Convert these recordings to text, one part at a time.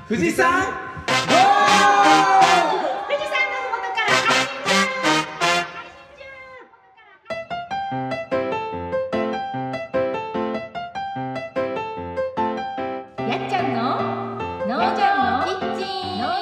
富士山ゴー！ 富士山のふもとから発信中。やっちゃんの農場キッチ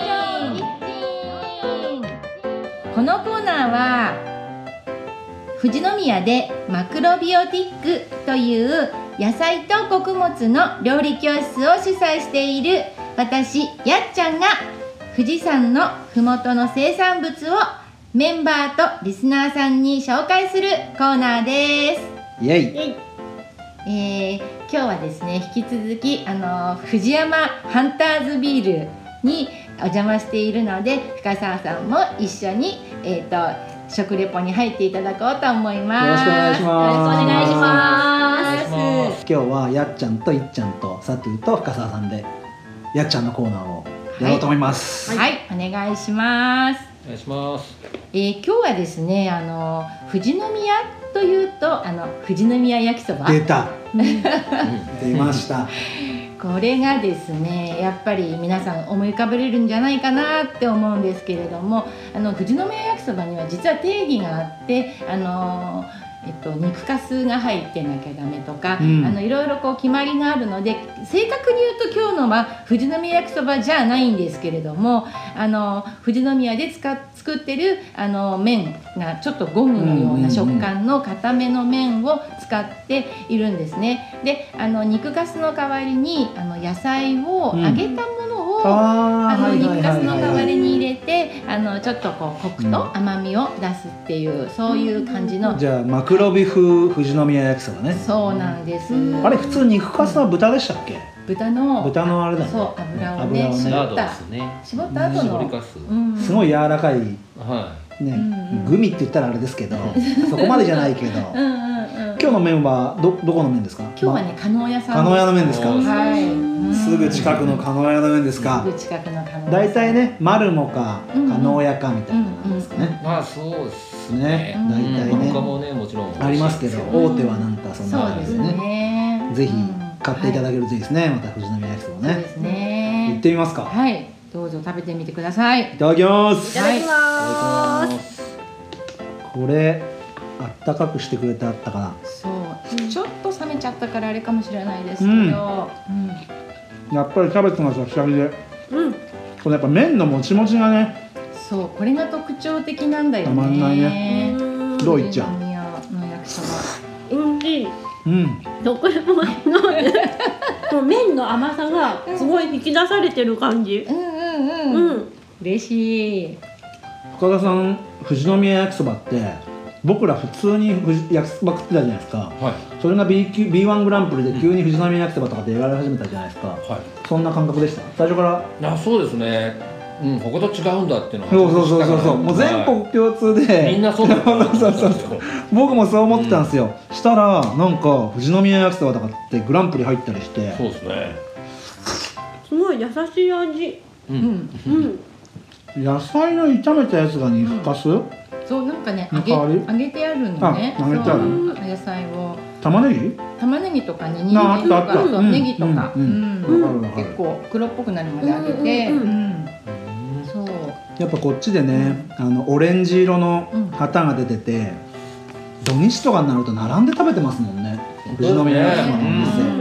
ン。このコーナーは富士宮でマクロビオティックという野菜と穀物の料理教室を主催している私やっちゃんが富士山のふもとの生産物をメンバーとリスナーさんに紹介するコーナーです。 イエイ。 今日はですね、引き続き富士山ハンターズビールにお邪魔しているので、深澤さんも一緒に食レポに入っていただこうと思います。 よろしくお願いします。 よろしくお願いします。 今日はやっちゃんといっちゃんとサトゥと深澤さんでやっちゃんのコーナーをやろうと思います。 はい、お願いします。 お願いします。 今日はですね、富士宮というと富士宮焼きそば出た出ましたこれがですね、やっぱり皆さん思い浮かべれるんじゃないかなって思うんですけれども、富士宮焼きそばには実は定義があって肉かすが入ってなきゃダメとか、いろいろ決まりがあるので、正確に言うと今日のは富士宮焼きそばじゃないんですけれども、富士宮で作ってる麺がちょっとゴムのような食感の固めの麺を使っているんですね。で肉かすの代わりに野菜を揚げたものを、肉かすの代わりに入れてちょっとコクと甘みを出すっていう、そういう感じの、 じゃあマクロビ風富士宮焼きそばね。 そうなんです。 あれ普通肉かすは豚でしたっけ？ 豚のあれだね。 そう、油をね絞った後のすごい柔らかいね、グミって言ったらあれですけどそこまでじゃないけど今日の麺はどこの麺ですか？ 今日はね、加納屋さん。 加納屋の麺ですか？ はい、 すぐ近くの加納屋の麺ですか？ すぐ近くの加納屋。 だいたいね、マルモか加納屋かみたいな感じですかね。 まあそうですね、だいたいね。 他もね、もちろんありますけど、大手はなんかそんな感じですね。ぜひ買っていただけるといいですね。また富士宮焼きそばね。 そうですね。 行ってみますか。 はい、どうぞ食べてみてください。 いただきます。 いただきます。 これあったかくしてくれてあったかな。 そう、ちょっと冷めちゃったからあれかもしれないですけど、 やっぱりキャベツがシャキシャキで、これやっぱ麺のもちもちがね、 そう、これが特徴的なんだよね。 たまんないね。どういっちゃう？ 富士宮の焼きそば。 どこでも麺の甘さがすごい引き出されてる感じ。 嬉しい。 深田さん、富士宮焼きそばって僕ら普通に焼きそば食ってたじゃないですか。それが B1 グランプリで急に富士宮焼きそばとかって言われ始めたじゃないですか。そんな感覚でした？最初から。 そうですね。他と違うんだっていうのは。 そう。もう全国共通で。 みんなそうだった。 僕もそう思ってたんですよ。したらなんか富士宮焼きそばとかってグランプリ入ったりして。 そうですね。 すごい優しい味。 野菜の炒めたやつが肉かす？ そう、なんかね、揚げてあるのね。 揚げてある。 野菜を。 玉ねぎとかね、にんじんとか、ネギとか、結構黒っぽくなるまで揚げて、そう。 やっぱこっちでね、オレンジ色の旗が出てて、土日とかになると並んで食べてますもんね。富士宮焼きそばのお店。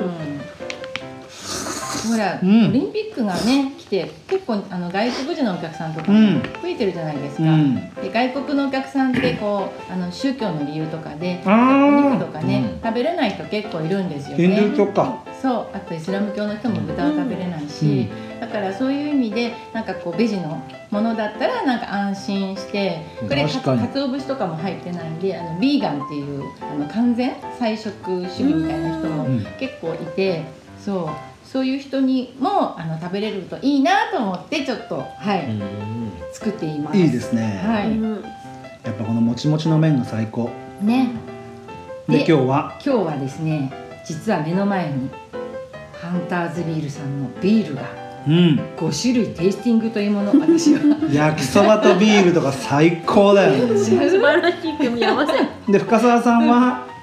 ほら、オリンピックがね来て、結構外国人のお客さんとかも増えてるじゃないですか。で、外国のお客さんって宗教の理由とかでお肉とかね食べれない人結構いるんですよね。 ヒンドゥー教か。 そう、あとイスラム教の人も豚を食べれないし、だからそういう意味でなんかベジのものだったらなんか安心して、これ鰹節とかも入ってないんで、ビーガンっていう完全菜食主義みたいな人も結構いて、そういう人にも食べれるといいなと思ってちょっと作っています。 いいですね。やっぱこのもちもちの麺が最高ね。 で、今日はですね、実は目の前にハンターズビールさんのビールが5種類テイスティングというものを私は焼きそばとビールとか最高だよね。 素晴らしい組み合わせ。 で、深澤さんは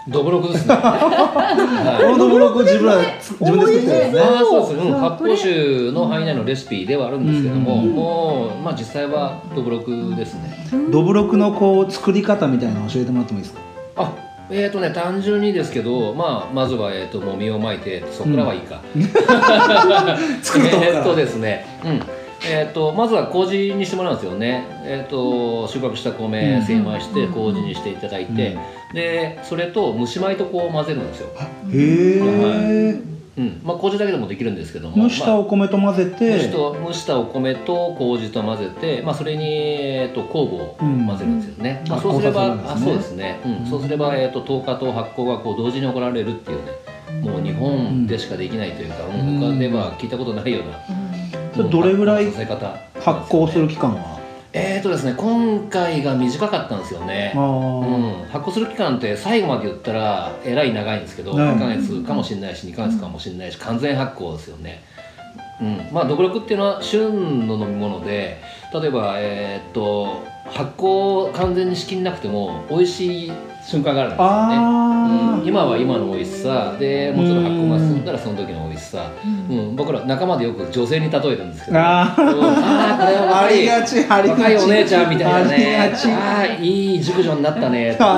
どぶろくですね。 このどぶろく自分で作ってるんですね。 そうです。発酵酒の範囲内のレシピではあるんですけども、もう実際はどぶろくですね。 どぶろくのこう作り方みたいなの教えてもらってもいいですか？ 単純にですけど、まずはもみをまいて、そこからはいいか。 作るとこからですね。まずは麹にしてもらうんですよね。収穫した米精米して麹にしていただいて、でそれと蒸し米とこう混ぜるんですよ。 へえ。 麹だけでもできるんですけども、 蒸したお米と混ぜて、 蒸したお米と麹と混ぜて、それに酵母を混ぜるんですよね。そうすればそうですね。そうすれば10日と発酵がこう同時に行われるっていうね、もう日本でしかできないというか、他では聞いたことないような。 どれぐらい発酵する期間は？ ですね、今回が短かったんですよね。発酵する期間って最後まで言ったらえらい長いんですけど、1ヶ月かもしれないし2ヶ月かもしれないし、完全発酵ですよね。どぶろくっていうのは旬の飲み物で、例えば発酵完全にしきんなくても美味しい瞬間があるんですよね。今は今の美味しさで、もうちょっと発酵が進んだらその時の美味しさ。僕ら仲間でよく女性に例えるんですけど、これはありがち、 若いお姉ちゃんみたいなね、いい熟女になったねっていう、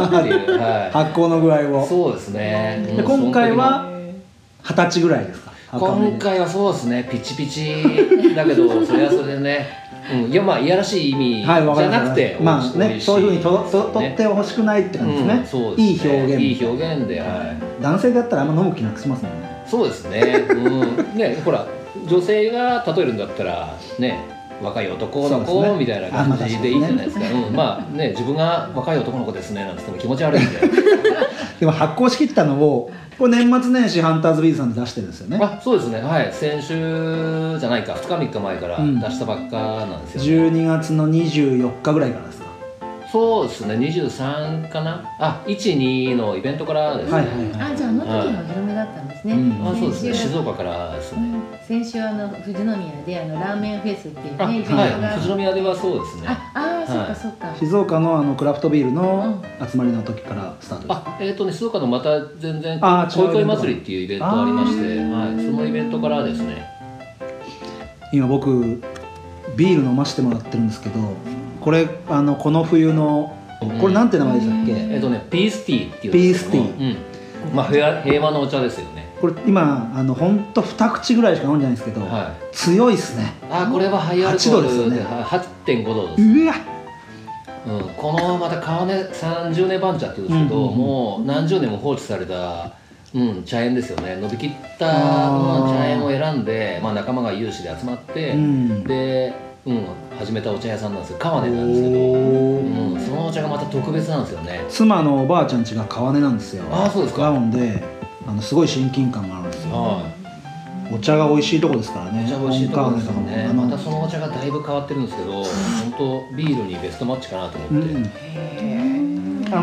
発酵の具合を。 そうですね。 今回は20歳ぐらいですか？ 今回はそうですね、ピチピチだけど、それはそれでね、いやらしい意味じゃなくて、 そういうふうに取ってほしくないって感じですね。いい表現。 いい表現で、 男性だったらあんま飲む気なくしますもんね。 そうですね。ほら、女性が例えるんだったらね、若い男の子みたいな感じでいいじゃないですか。自分が若い男の子ですねなんて言っても気持ち悪いんで。 でも発酵しきったのをこれ年末年始ハンターズビーズさんで出してるんですよね。 そうですね。先週じゃないか、2日3日前から出したばっかなんですよね。 12月の24日ぐらいからですか？ そうですね、23かな。1、2のイベントからですね。 じゃあ時の広めだったんですね。 そうですね、静岡からですね。 先週富士宮でラーメンフェスっていうね、 富士宮ではそうですね。 そうか。 静岡のクラフトビールの集まりの時からスタートです。 静岡のまた全然恋恋祭りっていうイベントがありまして、そのイベントからですね。 今僕ビール飲ませてもらってるんですけど、これこの冬のこれなんて名前でしたっけ？ ピースティーっていう。 ピースティー。 平和のお茶ですよね。 これ今ほんと2口ぐらいしか飲んでないんですけど、強いですね。 これはハイアルコールで 8.5 度です。 うわ。 このまた川根30年番茶っていうんですけど、もう何十年も放置された茶園ですよね。伸びきった茶園を選んで、仲間が有志で集まってで始めたお茶屋さんなんですよ。川根なんですけど、そのお茶がまた特別なんですよね。 妻のおばあちゃん家が川根なんですよ。 そうですか。 なのですごい親近感があるんですよ。お茶が美味しいとこですからね。 お茶美味しいとこですね。またそのお茶がだいぶ変わってるんですけど、本当ビールにベストマッチかなと思って。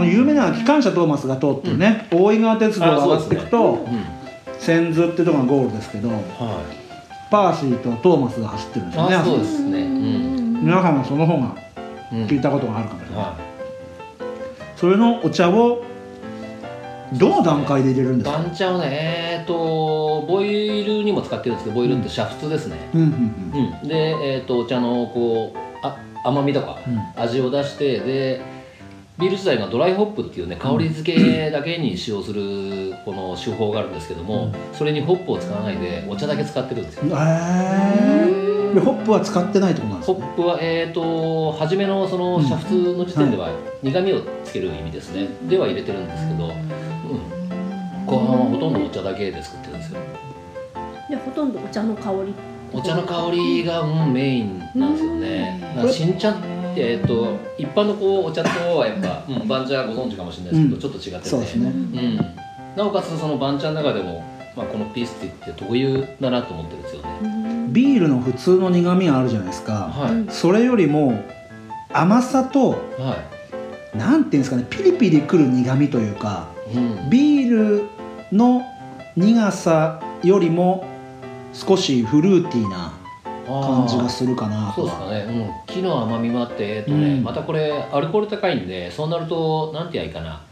有名な機関車トーマスが通ってるね、大井川鉄道が上がっていくと千頭っていうところがゴールですけど、パーシーとトーマスが走ってるんですよね。 そうですね。 皆さんはその方が聞いたことがあるかもしれない。それのお茶をどの段階で入れるんですか？ 番茶をね、ボイルにも使ってるんですけど、ボイルって煮沸ですね。で、お茶の甘みとか味を出して、でビール自体がドライホップっていうね、香り付けだけに使用するこの手法があるんですけども、それにホップを使わないでお茶だけ使ってるんですよ。 ホップは使ってないってことなんですか？ ホップは初めのその煮沸の時点では苦味をつける意味ですね。では入れてるんですけど、後半はほとんどお茶だけで作ってるんですよ。 でほとんどお茶の香り。 お茶の香りがメインなんですよね。新茶って一般のお茶とはやっぱ番茶ご存知かもしれないですけど、ちょっと違ってて、 そうですね。 なおかつその番茶の中でもこのピースティーって特有だなと思ってるんですよね。 ビールの普通の苦味があるじゃないですか。それよりも甘さとなんていうんですかね、ピリピリくる苦味というか、ビールの苦さよりも少しフルーティーな感じがするかなと。 そうですかね。木の甘みもあってまたこれアルコール高いんで、そうなるとなんて言えばいいかな、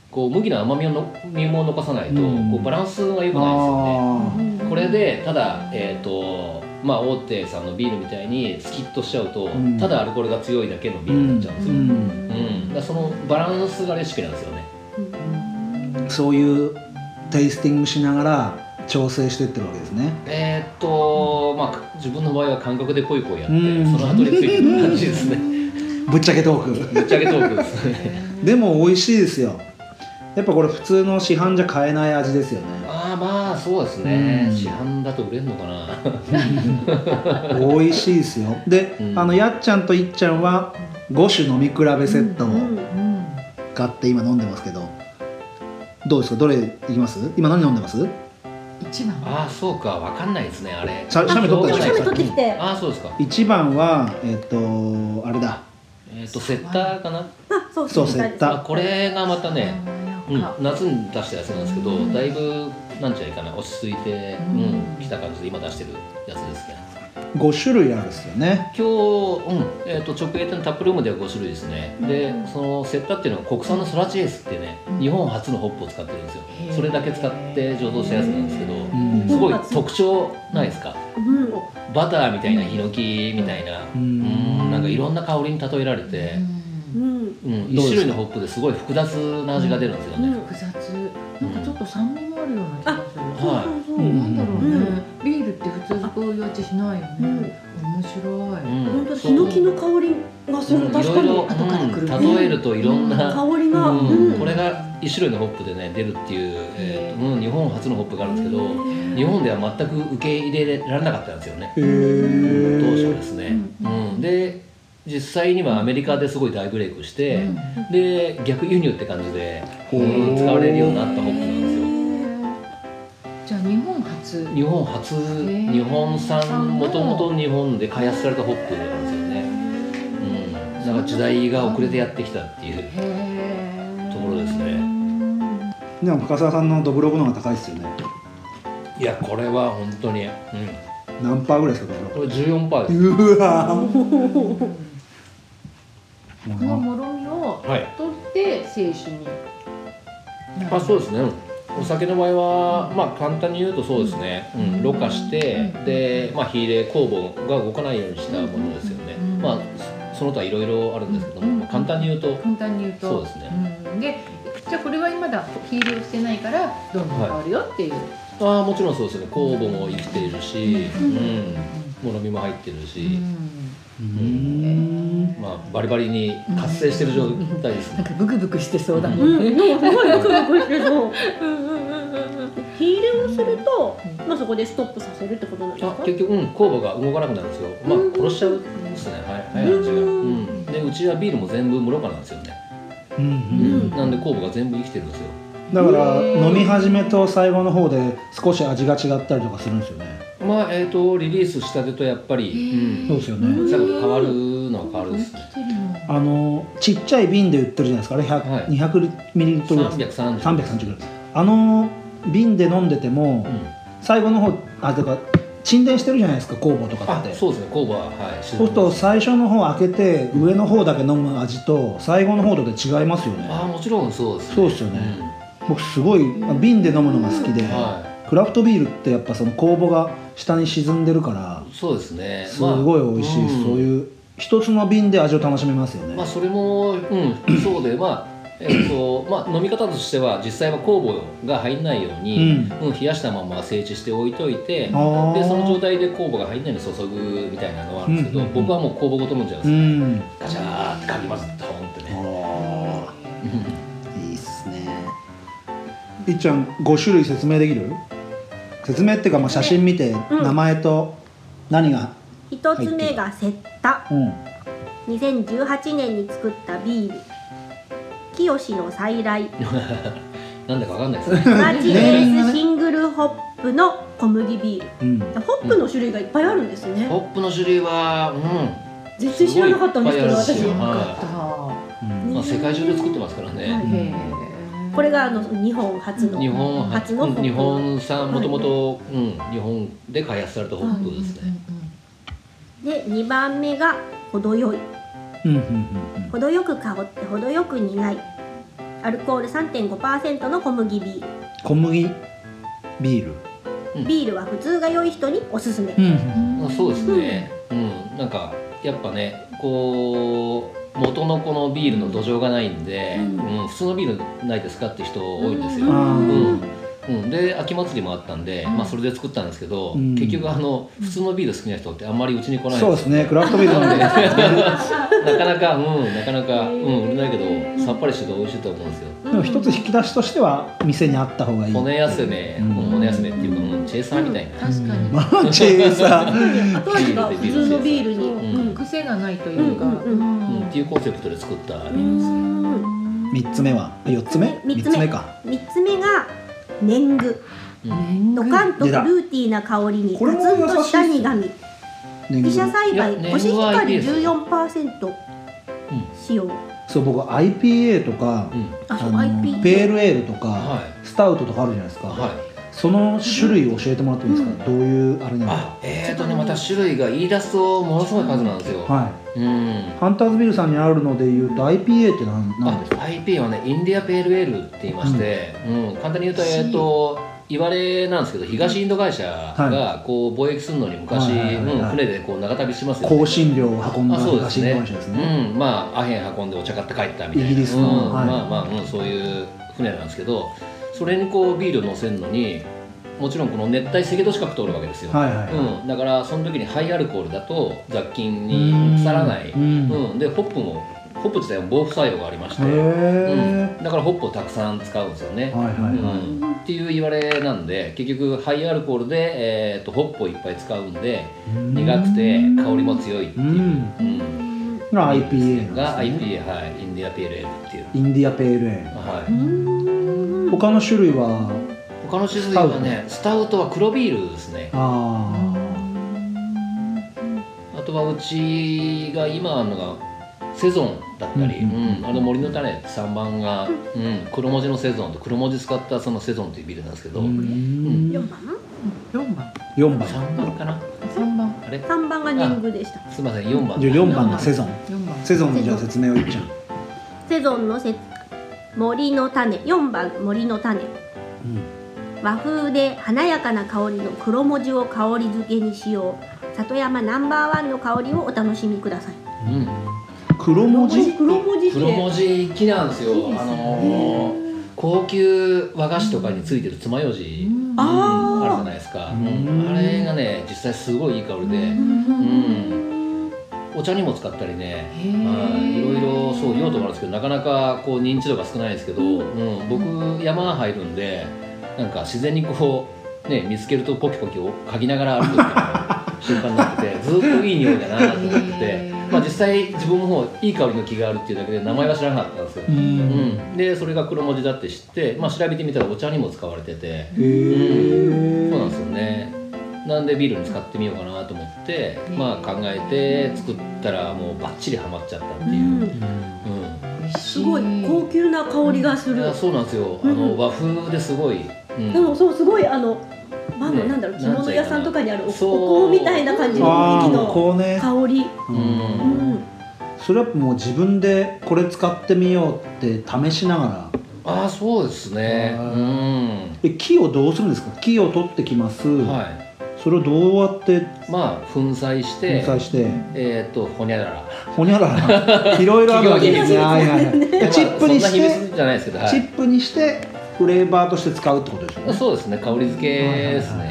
こう麦の甘みも残さないと、こうバランスが良くないですよね。これでただまあ大手さんのビールみたいにスキッとしちゃうと、ただアルコールが強いだけのビールになっちゃうんですよ。だからそのバランスがレシピなんですよね。 そういうテイスティングしながら調整していってるわけですね。 まあ自分の場合は感覚でポイポイやって、その後についてる感じですね。 ぶっちゃけトーク。 ぶっちゃけトークですね。 でも美味しいですよ。やっぱこれ普通の市販じゃ買えない味ですよね。 まあそうですね。市販だと売れんのかな。 美味しいですよ。で、やっちゃんといっちゃんは5種飲み比べセットを買って今飲んでますけど、どうですか？どれいきます？今何飲んでます ？1番。 そうか、わかんないですね、あれ。 写メ撮ったでしょ。 写メ撮ってきて。 そうですか。 1番はあれだ。 セッターかな。 そうセッター。 これがまたね、夏に出したやつなんですけど、だいぶなんちゃいかな、落ち着いてきた感じで今出してるやつですね。 5種類あるんですよね。 今日、直営店タップルームでは5種類ですね。で、そのセッタっていうのは国産のソラチエースってね、日本初のホップを使ってるんですよ。それだけ使って醸造したやつなんですけど、すごい特徴ないですか？バターみたいな、ヒノキみたいな、なんかいろんな香りに例えられて、1種類のホップですごい複雑な味が出るんですよね。 複雑、なんかちょっと酸味もあるような気がする。 なんだろうね。ビールって普通こういう味しないよね。面白い。 本当ヒノキの香りがする。確かに。 例えるといろんな香りが。 これが1種類のホップでね出るっていう日本初のホップがあるんですけど、日本では全く受け入れられなかったんですよね。当初ですね。で実際にはアメリカですごい大ブレイクして、で逆輸入って感じで使われるようになったホップなんですよ。 じゃあ日本初日本産、もともと日本で開発されたホップなんですよね。だから時代が遅れてやってきたっていうところですね。 でも深澤さんのドブログの方が高いですよね。 いやこれは本当に、 何パーぐらいですか？ これ14%です。 うわこのもろみを取って清酒に。 そうですね。お酒の場合はまあ簡単に言うとそうですね。ろ過してで火入れ酵母が動かないようにしたものですよね。その他いろいろあるんですけども、簡単に言うとそうですね。 でじゃあこれは今だ火入れをしてないからどんどん変わるよっていう。 もちろんそうですね。酵母も生きているし、もろみも入ってるし。バリバリに活性してる状態ですね。 なんかブクブクしてそうだもんね。 すごいブクブクしてそう。火入れをすると、そこでストップさせるってことなんですか？ 結局酵母が動かなくなるんですよ。殺しちゃうんですね。早い味が。でうちはビールも全部無ろ過なんですよね。なんで酵母が全部生きてるんですよ。 だから飲み始めと最後の方で少し味が違ったりとかするんですよね。 リリースしたてとやっぱり、 そうですよね。 最後変わるのは変わるですね。 ちっちゃい瓶で売ってるじゃないですか。あれ200ミリリットル330ぐらい。瓶で飲んでても、最後の方てか沈殿してるじゃないですか、酵母とかって。 そうですね、酵母はそうすると最初の方開けて上の方だけ飲む味と最後の方とで違いますよね。 もちろんそうですね。 そうですよね。僕すごい瓶で飲むのが好きで、クラフトビールってやっぱその酵母が下に沈んでるからそうですね、 すごい美味しいです。そういう一つの瓶で味を楽しめますよね。 それもそうで飲み方としては実際は酵母が入んないように、冷やしたまま静置して置いといて、でその状態で酵母が入んないように注ぐみたいなのはあるんですけど、僕はもう酵母ごと飲んじゃうんですよ。ガチャーってかき混ぜたほんってね。 いいっすね。いっちゃん5種類説明できる？説明っていうか写真見て名前と何が 1つ目がセッタ、2018年に作ったビール清の再来なんだかわかんないですね。 同じベースシングルホップの小麦ビール、ホップの種類がいっぱいあるんですね。 ホップの種類は全然知らなかったんですけど、私世界中で作ってますからね。 これが日本初の日本産、もともと日本で開発されたホップですね。 で2番目が程よい、程よく香って程よく苦い、 アルコール 3.5% の小麦ビール。 小麦ビール、 ビールは普通が良い人におすすめ。 そうですね、なんかやっぱねこう元のこのビールの土壌がないんで、普通のビールないですかって人多いんですよ。で秋祭りもあったんで、それで作ったんですけど、結局普通のビール好きな人ってあんまりうちに来ないんですよ。 そうですね、クラフトビールなんでなかなか売れないけどさっぱりしてて美味しいと思うんですよ。 でも一つ引き出しとしては店にあった方がいい。 骨休め、骨休めっていうか、チェイサーみたいな。 確かに。 チェイサー。 後味が普通のビールに、 癖がないというか、 っていうコンセプトで作ったビールです。 3つ目は4つ目？3つ目か。 3つ目が年貢。ドカンとフルーティーな香りにガツンとした苦味。自社栽培コシヒカリ 14% 使用。 そう、僕 IPA とか、ペールエールとか、スタウトとかあるじゃないですか。その種類を教えてもらってもいいですか？どういうあれなのか。 また種類が言い出すとものすごい数なんですよ。 ハンターズビルさんにあるのでいうと IPA って何ですか？ IPA はね、インディアペールエールって言いまして、簡単に言うと言われなんですけど、東インド会社がこう貿易するのに昔船でこう長旅しますよね。 香辛料を運んだ東インド会社ですね。 アヘン運んでお茶買って帰ったみたいな、 イギリスのそういう船なんですけど、それにこうビールを乗せるのにもちろんこの熱帯赤道近く通るわけですよ。だからその時にハイアルコールだと雑菌に腐らない。でホップ自体も防腐作用がありまして、だからホップをたくさん使うんですよね。っていう言われなんで、結局ハイアルコールで、ホップをいっぱい使うんで苦くて香りも強いっていうが IPA が IPA、インディアペールエールっていう。 インディアペールエール。他の種類は？ 他の種類はね、スタウトは黒ビールですね。あとはうちが今あるのがセゾンだったり、森の種3番が、黒文字のセゾンと黒文字使ったそのセゾンというビールなんですけど、 4番 4番 3番かな。あれ 3番が年貢でした。 すみません、4番。 4番がセゾン。セゾンのじゃあ説明を言っちゃう。 セゾンの森の種、4番森の種。和風で華やかな香りの黒文字を香り付けに使用。里山ナンバーワンの香りをお楽しみください。 黒文字木なんですよ。高級和菓子とかについてる爪楊枝あるじゃないですか。あれがね、実際すごいいい香りで、お茶にも使ったりね、いろいろそう用途もあるんですけど、なかなかこう認知度が少ないですけど、僕山入るんで、なんか自然にこうね見つけるとポキポキを嗅ぎながら歩くっていうのが習慣になってて、ずっといい匂いだなと思ってて、実際自分もいい香りの木があるっていうだけで名前は知らなかったんですよ。でそれが黒文字だって知って、調べてみたらお茶にも使われてて、そうなんですよね。なんでビールに使ってみようかなと思って、考えて作ったらもうバッチリハマっちゃったっていう。 すごい高級な香りがする。 そうなんですよ。和風ですごい。 でもそうすごいなんだろう、着物屋さんとかにあるお香みたいな感じの雰囲気の香り。 それはもう自分でこれ使ってみようって試しながら。そうですね。 木をどうするんですか？木を取ってきます。それをどうやって粉砕してほにゃららほにゃららいろいろあるわけですね。チップにしてチップにしてフレーバーとして使うってことですよね。 そうですね、香り付けですね。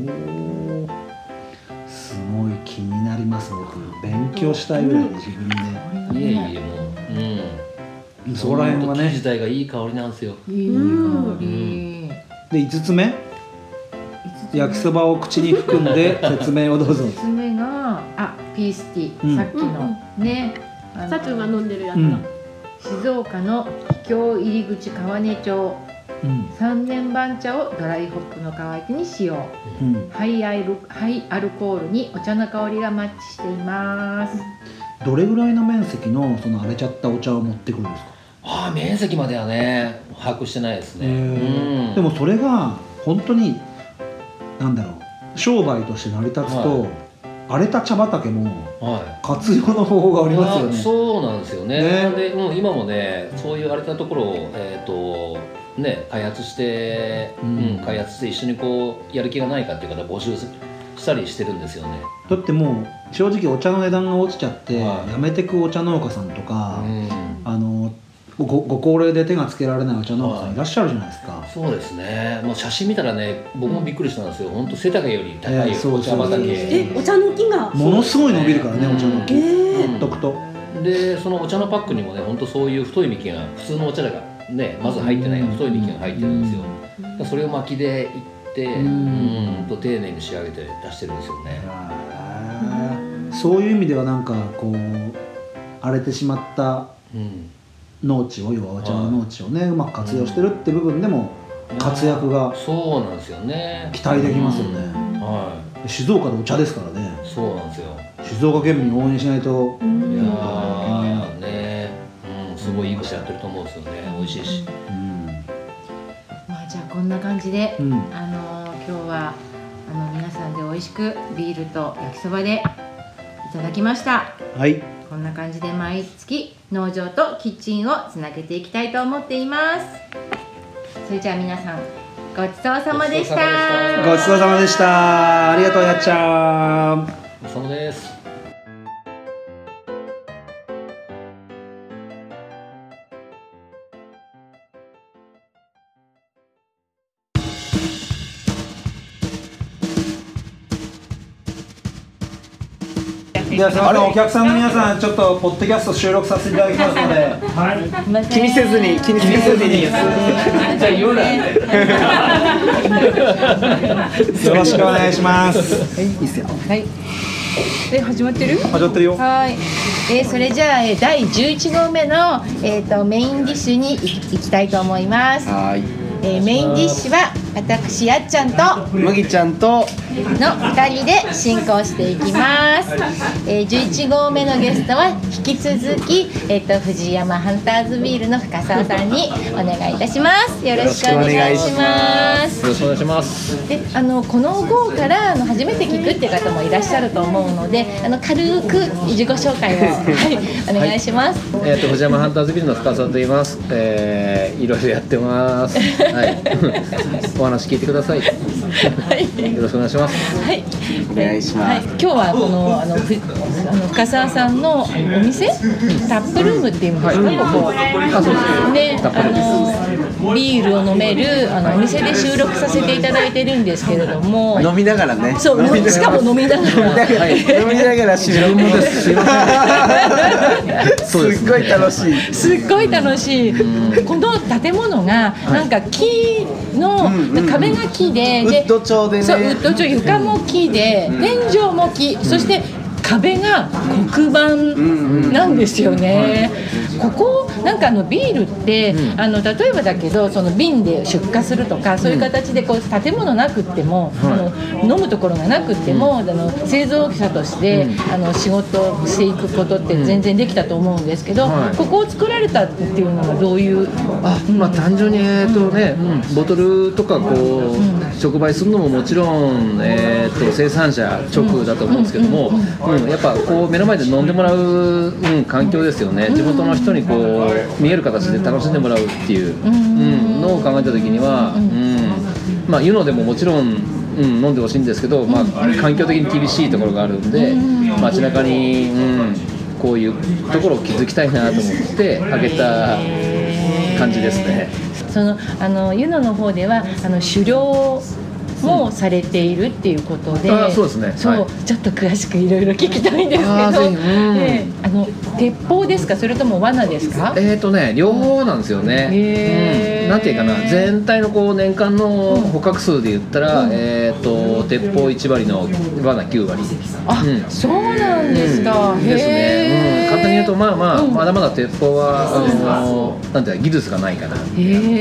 すごい気になります。僕勉強したいぐらいに自分で。 いえもうそこら辺はね、 木自体がいい香りなんですよ。 いい香りで5つ目、焼きそばを口に含んで説明をどうぞ。 5つ目がピースティー、さっきのね、 サチュが飲んでるやつだ。 静岡の秘境入り口川根町3年番茶をドライホップの乾きに使用。ハイアルコールにお茶の香りがマッチしています。 どれぐらいの面積のその荒れちゃったお茶を持ってくるんですか？ 面積まではね把握してないですね。 でもそれが本当になんだろう、商売として成り立つと荒れた茶畑も活用の方法がありますよね。 そうなんですよね。で、今もねそういう荒れたところを開発して一緒にこうやる気がないかっていう方募集したりしてるんですよね。 だってもう正直お茶の値段が落ちちゃって、やめてくお茶農家さんとか、ご高齢で手がつけられないお茶農家さんいらっしゃるじゃないですか。 そうですね。もう写真見たらね、僕もびっくりしたんですよ。本当背丈より高いお茶畑。 お茶の木がものすごい伸びるからね、お茶の木。ほっとくと。 で、そのお茶のパックにもね、本当そういう太い幹が普通のお茶だからね、まず入ってない太い幹が入ってるんですよ。それを薪でいって、丁寧に仕上げて出してるんですよね。 そういう意味ではなんかこう荒れてしまった農地を、要はお茶の農地をね、うまく活用してるって部分でも活躍がそうなんですよね。 期待できますよね。静岡でお茶ですからね。 そうなんですよ。 静岡県民応援しないと。 いやね、すごいいいことやってると思うんですよね。美味しいし。 じゃあこんな感じで、今日は皆さんで美味しくビールと焼きそばでいただきました。 はい。 こんな感じで毎月農場とキッチンをつなげていきたいと思っています。それじゃあ皆さんごちそうさまでした。 ごちそうさまでした。ありがとうやっちゃん。 ごちそうさまです。 ではすみません、お客さんの皆さんちょっとポッドキャスト収録させていただきますので、 気にせずにじゃあ言うなよろしくお願いします。 いいっすよ。 はい。始まってる？ 始まってるよ。 はい。それじゃあ第11号目のメインディッシュに行きたいと思います。 はい。 メインディッシュは私やっちゃんと麦ちゃんとの2人で進行していきます。11号目のゲストは引き続き、藤山ハンターズビールの深澤さんにお願いいたします。よろしくお願いします。 よろしくお願いします。 で、この号から初めて聞くっていう方もいらっしゃると思うので、軽く自己紹介を、お願いします。 藤山ハンターズビルの深澤と言います。いろいろやってます。はい。お話聞いてください。よろしくお願いします。 はい。 お願いします。 今日はこの深澤さんのお店、タップルームっていうんですか、ここね、ビールを飲めるお店で収録させていただいてるんですけれども、 飲みながらね。 そう、しかも飲みながら飲みながら収録です。すいません。すっごい楽しい。 すっごい楽しい。この建物がなんか木の壁が木で、 ウッド調でね。 そう、ウッド調、床も木で、天井も木、そして壁が黒板なんですよね。ここなんかビールって例えばだけどその瓶で出荷するとかそういう形でこう建物なくっても飲むところがなくっても製造者として仕事をしていくことって全然できたと思うんですけど、ここを作られたっていうのはどういう？ 単純にボトルとかこう直売するのももちろん生産者直だと思うんですけども、やっぱこう目の前で飲んでもらう環境ですよね。地元の人にこう見える形で楽しんでもらうっていうのを考えた時には、湯のでももちろん飲んでほしいんですけど、環境的に厳しいところがあるんで、街中にこういうところを築きたいなと思ってあげた感じですね。 その湯野の方では狩猟もされているっていうことで、 そうですね。 そう、ちょっと詳しくいろいろ聞きたいんですけど、鉄砲ですか、それとも罠ですか？ 両方なんですよね。なんていうかな、全体のこう年間の捕獲数で言ったら、鉄砲1割の罠9割。 そうなんですか。 ですね。簡単に言うとまだまだ鉄砲はなんていうか技術がないかな。ないと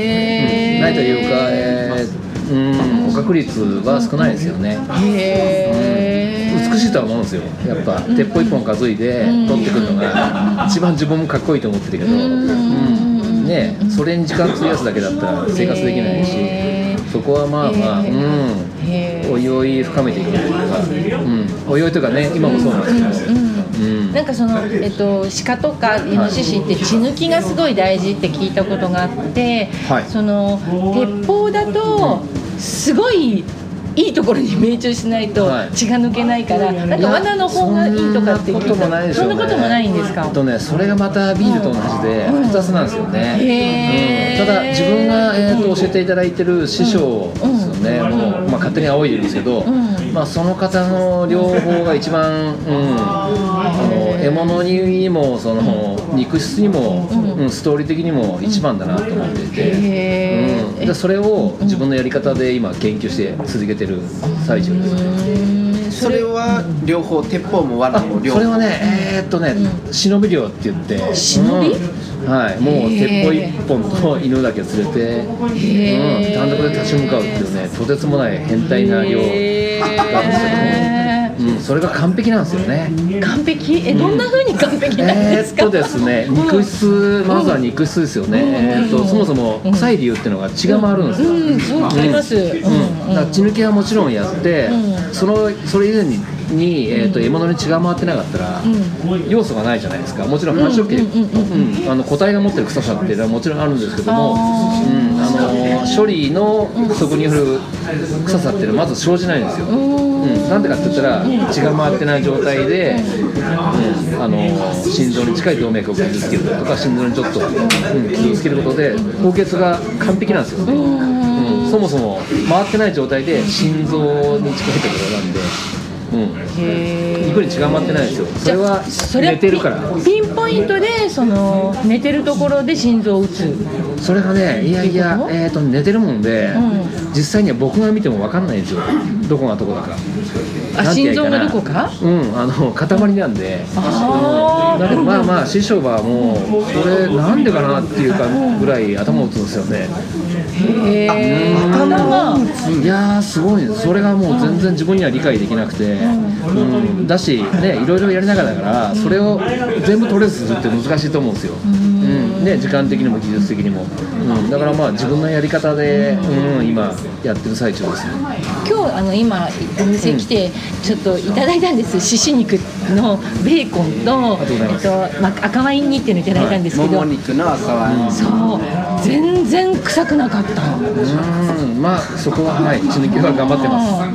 いうか。捕獲率は少ないですよね。美しいとは思うんですよ。やっぱ鉄砲一本担いで取ってくるのが一番自分もかっこいいと思ってるけど、それに時間費やすだけだったら生活できないし、そこはおい追い深めていくというか、おいおいというかね、今もそうなんですけど、 なんかその、鹿とかイノシシって血抜きがすごい大事って聞いたことがあって、その鉄砲だとすごいいいところに命中しないと血が抜けないから、なんか罠の方がいいとかって聞いた。そんなこともないんですか？ それがまたビールと同じで複雑なんですよね。ただ自分が、教えていただいてる師匠ですよね、もう、勝手に仰いでるんですけど、その方の両方が一番、獲物にもその肉質にも、ストーリー的にも一番だなと思っていて、でそれを自分のやり方で今研究して続けてる最中です。 それは両方、鉄砲も罠も両方。 それはね、忍び漁って言って、 忍び？ はい、もう鉄砲一本と犬だけ連れて、単独で立ち向かうっていうね、とてつもない変態な漁があるんですけど、それが完璧なんですよね。 完璧？どんな風に完璧なんですか？ ですね、肉質、まずは肉質ですよね。そもそも臭い理由っていうのが血が回るんですよ。 そう聞きます。 だから血抜きはもちろんやって、それ以前に獲物に血が回ってなかったら、要素がないじゃないですか。もちろん繁殖期、個体が持ってる臭さっていうのはもちろんあるんですけども、処理の不足による臭さっていうのはまず生じないんですよ。なんでかって言ったら血が回ってない状態で、心臓に近い動脈を傷つけるとか、心臓にちょっと、傷つけることで高血が完璧なんですよね。そもそも回ってない状態で心臓に近いところなんで、肉に血が回ってないんですよ。それは寝てるから。 ピンポイントでその寝てるところで心臓を打つ。 それがね、寝てるもんで、実際には僕が見ても分かんないんですよ、どこがどこだか。 心臓がどこか？ 塊なんで。だけど師匠はもうそれなんでかなっていうかぐらい頭を打つんですよね。いやーすごいね。それがもう全然自分には理解できなくて、だしね、いろいろやりながらだからそれを全部トレースするって難しいと思うんですよ。時間的にも技術的にも、だから自分のやり方で、今やってる最中ですね。 今日今お店来てちょっといただいたんです。獅子肉のベーコンと赤ワイン煮っていうのいただいたんですけど、 もも肉の赤ワイン。 そう全然臭くなかった。 そこは血抜きは頑張ってます。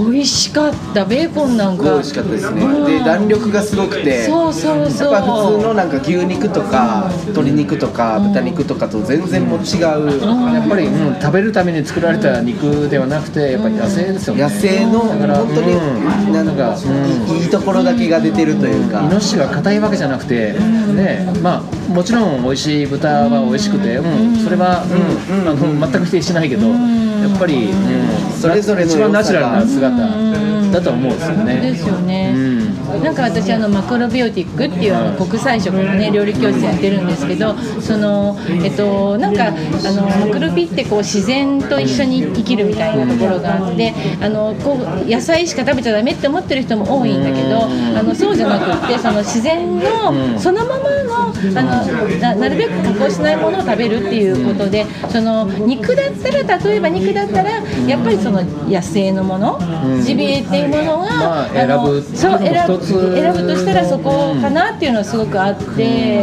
美味しかった。ベーコンなんか美味しかったですね。で弾力がすごくて、 そうやっぱ普通のなんか牛肉とか鶏肉とか豚肉とかと全然もう違う、 やっぱり、食べるために作られた肉ではなくて、やっぱり野生ですよね。 野生の本当になんかいいところだけが出てるというか、 イノシシが硬いわけじゃなくて、もちろん美味しい豚は美味しくて、それは、全く否定しないけど、やっぱり、 それぞれの一番ナチュラルな姿だと思うんですよね。 ですよね。なんか私マクロビオティックっていう国際食のね料理教室やってるんですけど、そのなんかマクロビってこう自然と一緒に生きるみたいなところがあって、こう野菜しか食べちゃダメって思ってる人も多いんだけど、そうじゃなくってその自然のそのままのなるべく加工しないものを食べるっていうことで、その肉だったら例えば肉だったらやっぱりその野生のもの、ジビエっていうものが選ぶとしたらそこかなっていうのはすごくあって、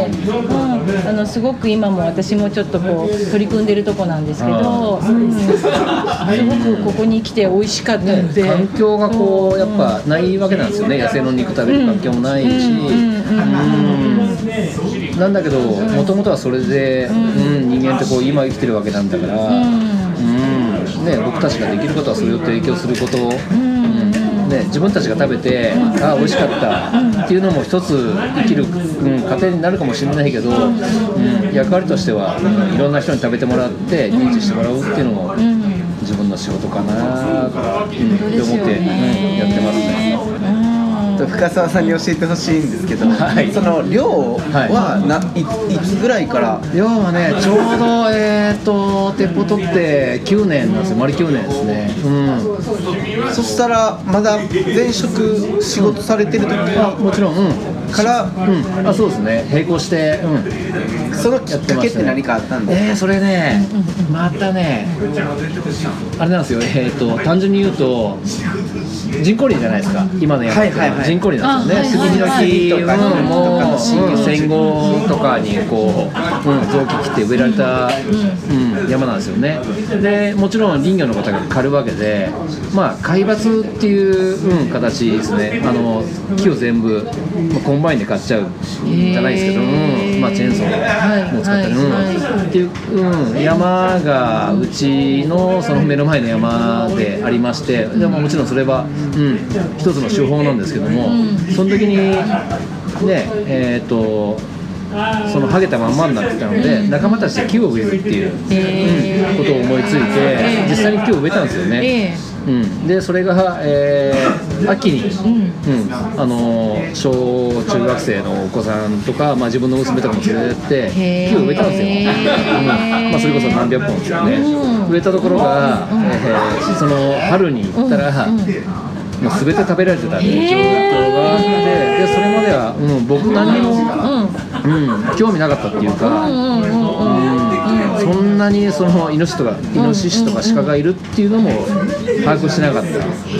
すごく今も私もちょっとこう取り組んでるとこなんですけど、すごくここに来て美味しかったので、 環境がこうやっぱないわけなんですよね。野生の肉食べる環境もないし、なんだけどもともとはそれで、人間ってこう今生きてるわけなんだから、僕たちができることはそれを提供すること、自分たちが食べて美味しかったっていうのも一つ生きる、糧になるかもしれないけど、役割としてはいろんな人に食べてもらって認知してもらうっていうのも、自分の仕事かなって思って、やってますね。 深澤さんに教えてほしいんですけど、はい、その寮はいつぐらいから？ 寮はね、ちょうど鉄砲取って9年なんですよ。丸9年ですね。 そしたらまだ前職仕事されてる時もちろん、 から、 そうですね、並行して、 そのきっかけって何かあったんですか？ それね、またね、あれなんですよ。単純に言うと人工林じゃないですか、今のやつ、人工林なんですよね。杉の木も戦後とかにこう、臓器切って植えられた、山なんですよね。でもちろん林業の方が刈るわけで、皆伐っていう、形ですね。木を全部、コンバインで刈っちゃうじゃないですけど、チェーンソーも使ったり、っていう、山がうちのその目の前の山でありまして、でももちろんそれは、一つの手法なんですけども、その時にね、そのハゲたまんまになってたので、仲間たちで木を植えるっていう、ことを思いついて、実際に木を植えたんですよね。でそれが、秋に、小中学生のお子さんとか、自分の娘とかも連れてって木を植えたんですよ。それこそ何百本ですよね。植えたところが、その春に行ったら、もう全て食べられてたっていう状況があって、でそれまでは、僕何にも、興味なかったっていうか、そんなにそのイノシシとかシカがいるっていうのも把握してなかったし、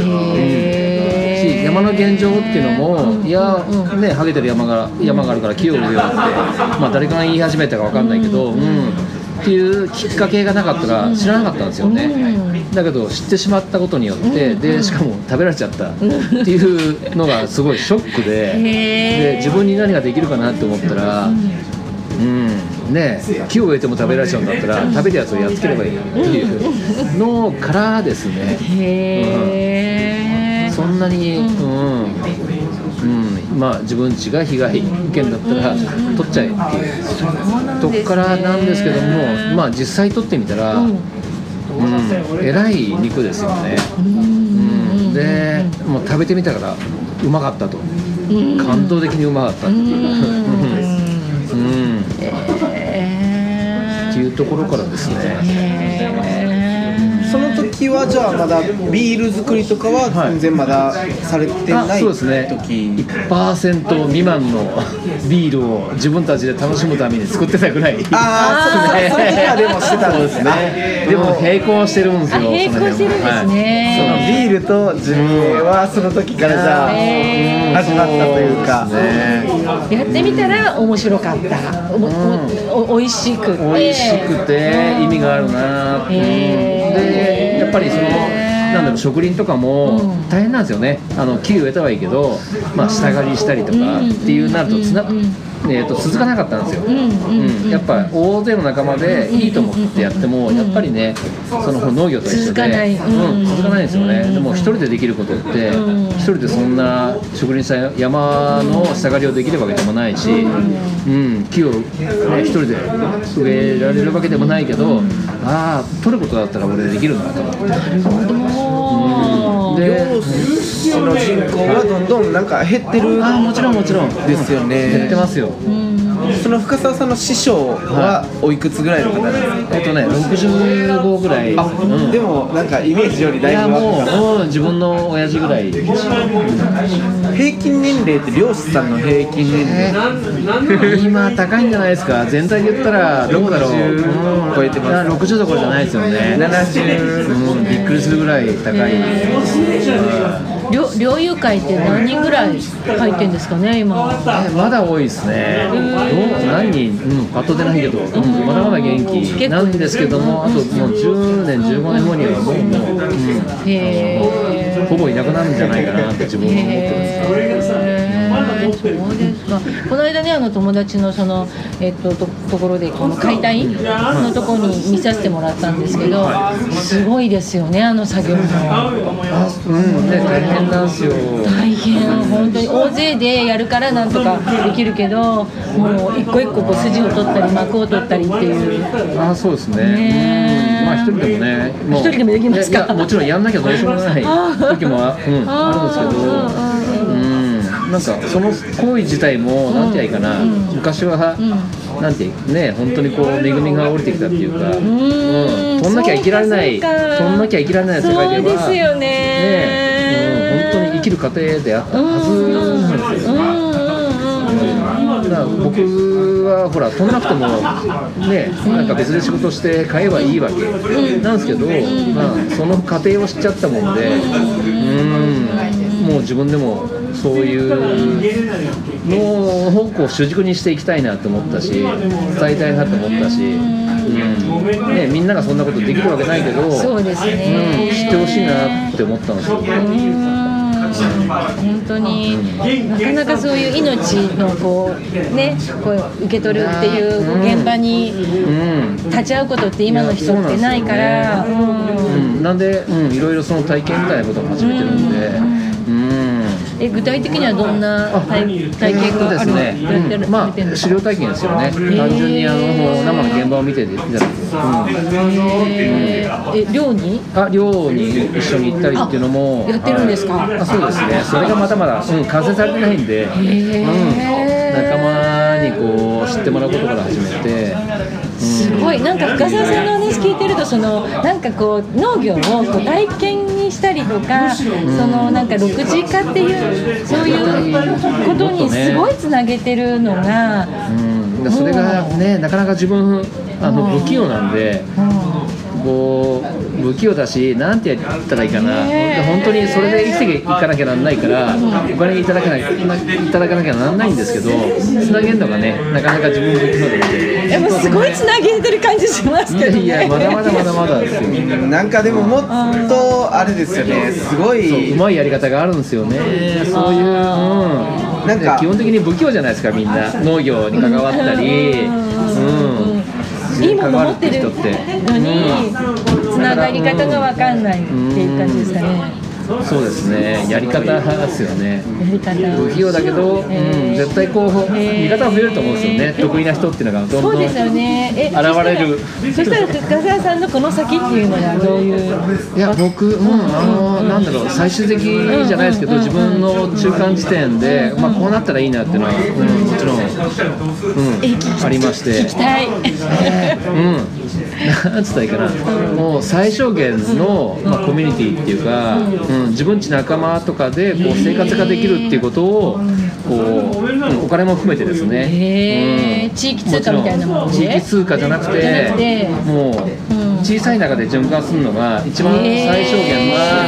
山の現状っていうのも、ハゲてる山があるから木を植えようって、誰かが言い始めたか分かんないけど、っていうきっかけがなかったら知らなかったんですよね。だけど知ってしまったことによって、でしかも食べられちゃったっていうのがすごいショックで、自分に何ができるかなって思ったら、木を植えても食べられちゃうんだったら、食べるやつをやっつければいいっていうのからですね。そんなに、自分家が被害受けんだったら取っちゃえっていうとこからなんですけども、実際取ってみたら、えらい肉ですよね。でもう食べてみたからうまかったと、感動的にうまかったっていうっていうところからですね。 その時はじゃあまだビール作りとかは全然まだされてない時、 そうですね、1% 未満のビールを自分たちで楽しむために作ってたぐらい。 それはでもしてたんですね。 でも並行してるんですよ。 並行してるんですね。 そのビールと自分はその時からじゃあ始まったというか、 やってみたら面白かった、美味しくて意味があるなって。でやっぱりその植林とかも大変なんですよね。木植えたはいいけど、下刈りしたりとかっていうなると続かなかったんですよ。やっぱ大勢の仲間でいいと思ってやっても、やっぱりね、その農業と一緒で続かないんですよね。でも一人でできることって、一人でそんな植林した山の下刈りをできるわけでもないし、木を、一人で植えられるわけでもないけど、取ることだったら俺できるなと思って。 漁師の人口がどんどんなんか減ってる。 もちろんですよね。 減ってますよ。 その深澤さんの師匠はおいくつぐらいの方なんですか ？65ぐらい。 でもなんかイメージよりだいぶもう自分の親父ぐらい。 平均年齢って漁師さんの平均年齢、 今高いんじゃないですか。全体で言ったらどうだろう、 60超えてます。 60どころじゃないですよね。 70、 びっくりするぐらい高い。 猟友会って何人ぐらい入ってんですかね今？ まだ多いですね。何人、パッと出ないけど、まだまだ元気なんですけども、あともう10年15年後にはもうほぼいなくなるんじゃないかなって自分は思ってます。 そうですか。この間ね、友達のその、ところでこの解体のところに見させてもらったんですけど、すごいですよね、作業も。 大変なんですよ。 大変、本当に大勢でやるからなんとかできるけど、もう一個一個筋を取ったり膜を取ったりっていう。 そうですね。一人でもね、 一人でもできますか？ もちろんやんなきゃどうしようもない時もあるんですけど。 なんかその行為自体もなんて言えばいいかな、昔はなんてね、本当にこう恵みが降りてきたっていうか、そんなきゃ生きられない世界ではそうですよね、 本当に生きる過程であったはずなんですよ。だから僕はほら飛んでなくてもね、なんか別で仕事して買えばいいわけなんですけど、その過程を知っちゃったもんで、もう自分でもそういうのをこう主軸にしていきたいなと思ったし、伝えたいなと思ったし、ね、みんながそんなことできるわけないけど、 そうですね、 知ってほしいなって思ったんですよ。 本当になかなかそういう命のこうね、こう受け取るっていう現場に立ち会うことって今の人ってないから、 なんで、いろいろその体験みたいなことを始めてるんで。 具体的にはどんな体験があるの？ 狩猟体験ですよね。単純に生の現場を見ていただく。 漁に一緒に行ったりっていうのもやってるんですか？ そうですね。それがまだまだ完成されてないんで、仲間にこう知ってもらうことから始めて。 すごい、なんか深澤さんの話聞いてると、そのなんかこう農業をこう体験にしたりとか、そのなんか6次化っていうそういうことにすごいつなげてるのが、 それがね、なかなか自分不器用なんで、こう不器用だし、なんて言ったらいいかな、本当にそれで生きていかなきゃならないから、お金いただかなきゃならないんですけど、つなげるのがね、なかなか自分不器用で、 でもすごいつなげてる感じしますけどね。 いや、まだまだですよ。 なんかでももっとあれですよね、すごいうまいやり方があるんですよね。そういう、なんか基本的に不器用じゃないですか、みんな農業に関わったり、 いいもの持ってるのにつながり方が分かんないっていう感じですかね。 そうですね、やり方ですよね。不器用だけど、絶対こう見方が増えると思うんですよね。得意な人っていうのがどんどん現れる。 そしたら深澤さんのこの先っていうのはどういう？ いや、僕なんだろう、最終的じゃないですけど、自分の中間地点でこうなったらいいなっていうのはもちろんありまして。 聞きたい。 なんつったらいいかな、もう最小限のコミュニティっていうか、自分ち仲間とかでこう生活ができるっていうことをこうお金も含めてですね、 地域通貨みたいなもので、 地域通貨じゃなくて、もう小さい中で循環するのが一番最小限は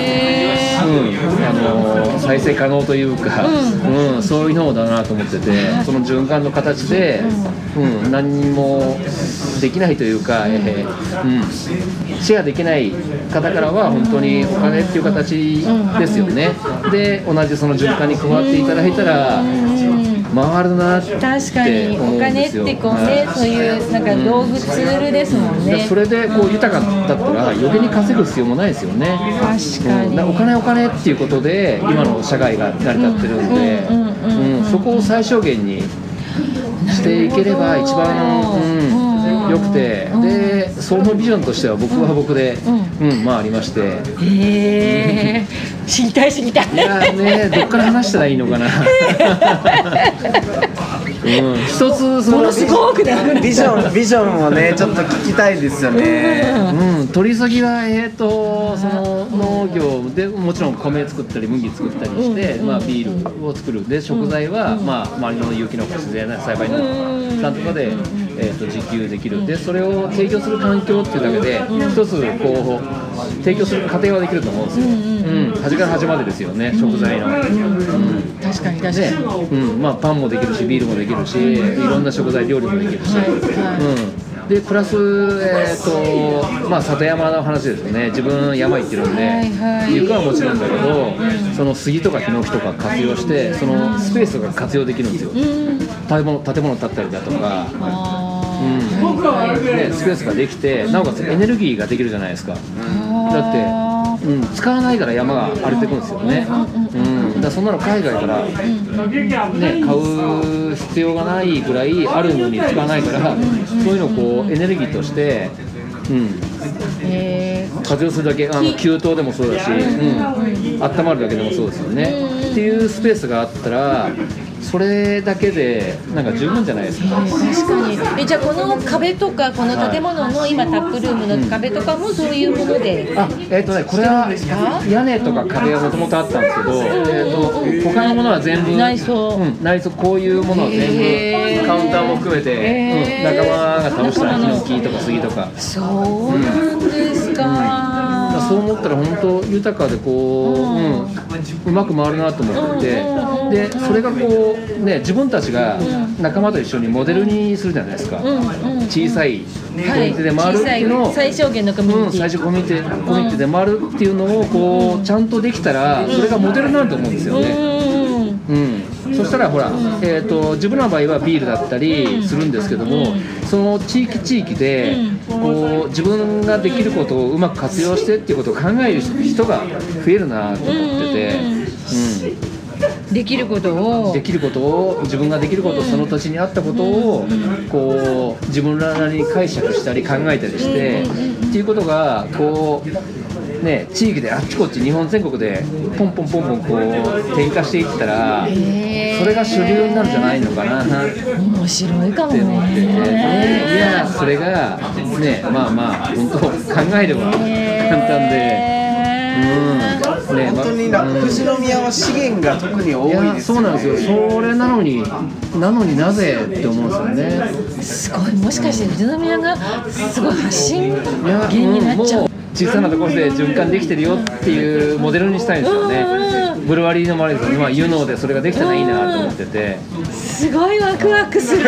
再生可能というか、そういうのだなと思ってて、その循環の形で、何もできないというか、シェアできない方からは本当にお金っていう形ですよね。で、同じその循環に加わっていただいたら回るなって思うんですよ。 確かにお金ってこうね、そういうなんか道具ツールですもんね。 それでこう豊かだったら余計に稼ぐ必要もないですよね。 確かに、 お金っていうことで今の社会が成り立ってるんで、そこを最小限にしていければ一番良くて、でそのビジョンとしては僕は僕でありまして、 知りたい。いやね、どっから話したらいいのかな。一つものすごくビジョンをねちょっと聞きたいですよね。 取り急ぎはその農業でもちろん米作ったり麦作ったりして、ビールを作るで、食材は周りの有機農家自然な栽培のなんとかで自給できるで、それを提供する環境っていうだけで一つこう提供する過程はできると思うんですよ。端から端までですよね、食材の。 確かにパンもできるし、ビールもできるし、いろんな食材料理もできるし、でプラス里山の話ですよね。自分山行ってるんで、雪はもちろんだけど、その杉とかヒノキとか活用してそのスペースが活用できるんですよ。建物建ったりだとか、スペースができて、なおかつエネルギーができるじゃないですか。だって使わないから山が荒れてくるんですよね。だからそんなの海外から、買う必要がないぐらいあるのに使わないから、そういうのをこうエネルギーとして、 風をするだけ給湯でもそうだし、温まるだけでもそうですよねっていうスペースがあったらそれだけでなんか十分じゃないですか。 確かに。じゃあこの壁とかこの建物の今タップルームの壁とかもそういうもので、 これは屋根とか壁はもともとあったんですけど、他のものは全部内装、 こういうものは全部カウンターも含めて、仲間が倒したヒノキとか杉とか。 そうなんですか。 そう思ったら本当豊かでうまく回るなと思って、でそれがこうね自分たちが仲間と一緒にモデルにするじゃないですか。小さいコミュニティで回るっていうのを、 最小限のコミュニティ、 最初コミュニティで回るっていうのをこうちゃんとできたらそれがモデルになると思うんですよね。そしたらほら、自分の場合はビールだったりするんですけども、その地域でこう自分ができることをうまく活用してっていうことを考える人が増えるなと思ってて、 できることを自分ができることをその土地に合ったことをこう自分らなりに解釈したり考えたりしてっていうことがこうね地域であっちこっち日本全国でポンポンこう展開していったらそれが主流になるんじゃないのかな。 面白いかもって思ってて、いやそれがねまあ本当考えれば簡単で。 本当に富士宮は資源が特に多いですよね。 そうなんですよ。それなのになぜって思うんですよね。 すごい、もしかして富士宮がすごい発信源になっちゃう。 小さなところで循環できてるよっていうモデルにしたいんですよね。ブルワリーの周りで今湯能でそれができたらいいなと思ってて、 すごいワクワクする。い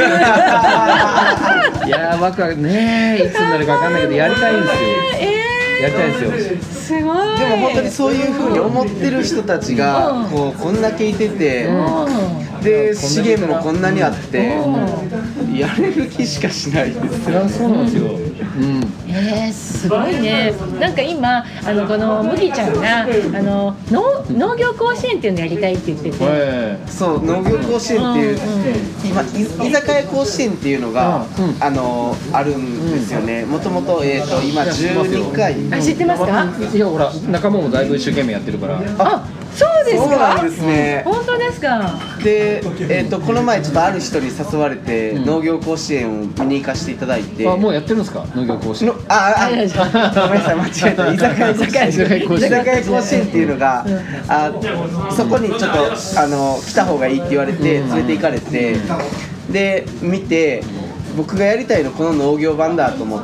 やワクワクね、いつになるか分かんないけどやりたいんですよ。やりたいですよ。 すごい。 でも本当にそういう風に思ってる人たちがこんだけいてて、で資源もこんなにあってやれる気しかしないです。 そうなんですよ。 すごいね。なんか今この麦ちゃんが農業甲子園っていうのやりたいって言ってて、 そう農業甲子園っていう、居酒屋甲子園っていうのがあるんですよね。もともと今12回。 知ってますか？ いやほら仲間もだいぶ一生懸命やってるから。 そうですか。 そうなんですね。 本当ですか。 で、この前ちょっとある人に誘われて、農業甲子園を見に行かせていただいて。 もうやってるんですか農業甲子園。 ごめんなさい間違えた。居酒屋甲子園っていうのがそこにちょっと来た方がいいって言われて連れて行かれて、で見て僕がやりたいのこの農業版だと思って。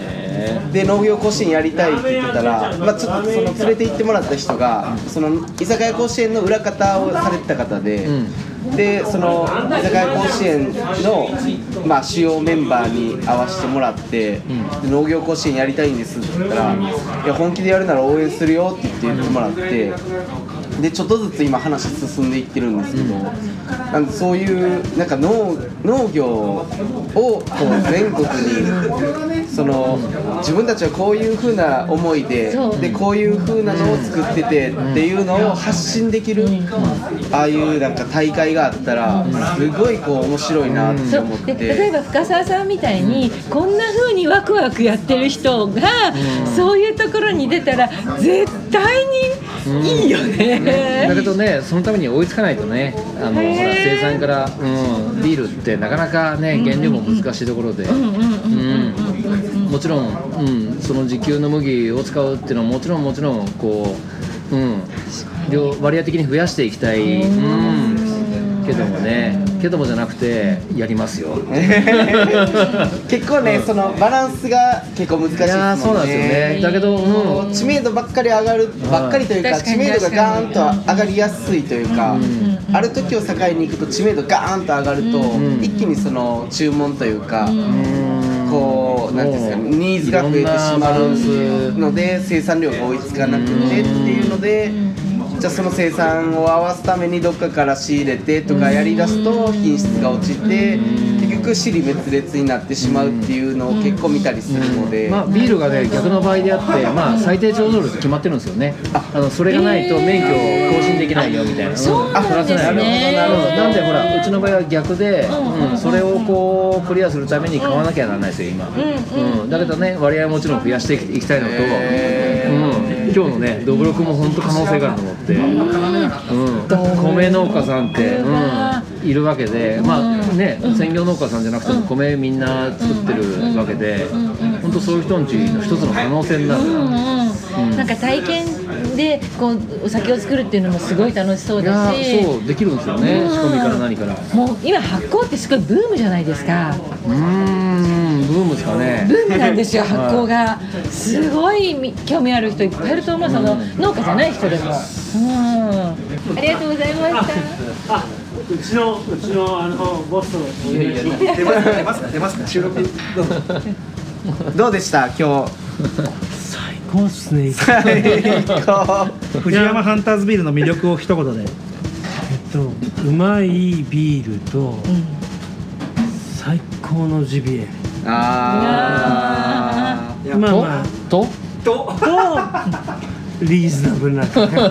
で農業甲子園やりたいって言ってたら、ちょっとその連れて行ってもらった人がその居酒屋甲子園の裏方をされてた方で、でその居酒屋甲子園の、主要メンバーに会わせてもらって、農業甲子園やりたいんですって言ったら、いや本気でやるなら応援するよって言ってもらって、でちょっとずつ今話進んでいってるんですけど、なんでそういうなんか農業をこう全国にその自分たちはこういう風な思いでこういう風なのを作っててっていうのを発信できる、ああいうなんか大会があったらすごいこう面白いなって思って。 例えば深澤さんみたいにこんな風にワクワクやってる人がそういうところに出たら絶対にいいよね。 だけどね、そのために追いつかないとね、ほら生産から、ビールってなかなかね原料も難しいところで、もちろん、その自給の麦を使うっていうのはもちろんこう、割合的に増やしていきたい、けどもじゃなくてやりますよ。 結構ね、そのバランスが結構難しいですもんね。いや、 そうなんですよね。だけど、 知名度ばっかり上がるばっかりというか、知名度がガーンと上がりやすいというか、ある時を境に行くと知名度ガーンと上がると、一気にその注文というか、こうなんていうんですか、ニーズが増えてしまうので生産量が追いつかなくてっていうので。じゃあその生産を合わすためにどっかから仕入れてとかやりだすと品質が落ちて、結局局支離滅裂になってしまうっていうのを結構見たりするので、 まあ、ビールがね逆の場合であって、まあ、最低貯蔵量って決まってるんですよね。それがないと免許を更新できないよみたいな、 そうなんですね。 なんでほらうちの場合は逆で、それをこうクリアするために買わなきゃならないですよ今、だけどね割合はもちろん増やしていきたいのと、今日のねどぶろくも本当可能性があると思って、米農家さんって、いるわけで、まあね専業農家さんじゃなくても米みんな作ってるわけで、本当そういう人の一つの可能性になるなんか体験でこうお酒を作るっていうのもすごい楽しそうだし、 そうできるんですよね、仕込みから何から。 もう今発酵ってすごいブームじゃないですか。 ブームですかね。 ブームなんですよ、発酵が。すごい興味ある人いっぱいいると思う、その農家じゃない人でも。ありがとうございました。 うちのボスと出ますか収録どうでした今日。 最高っすね。 藤山ハンターズビールの魅力を一言で。 うまいビールと最高のジビエ。まあまあとリーズナブルなと確か